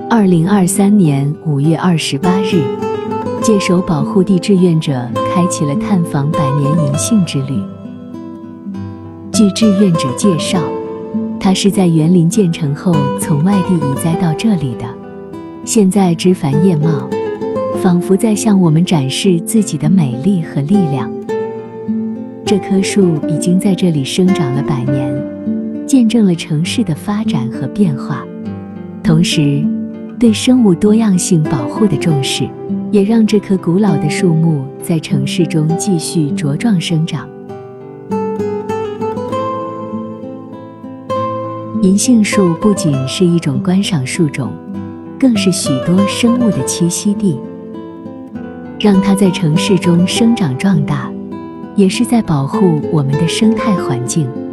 2023年5月28日，界首保护地志愿者开启了探访百年银杏之旅。据志愿者介绍，它是在园林建成后从外地移栽到这里的，现在枝繁叶茂，仿佛在向我们展示自己的美丽和力量。这棵树已经在这里生长了100年，见证了城市的发展和变化，同时对生物多样性保护的重视，也让这棵古老的树木在城市中继续茁壮生长。银杏树不仅是一种观赏树种，更是许多生物的栖息地。让它在城市中生长壮大，也是在保护我们的生态环境。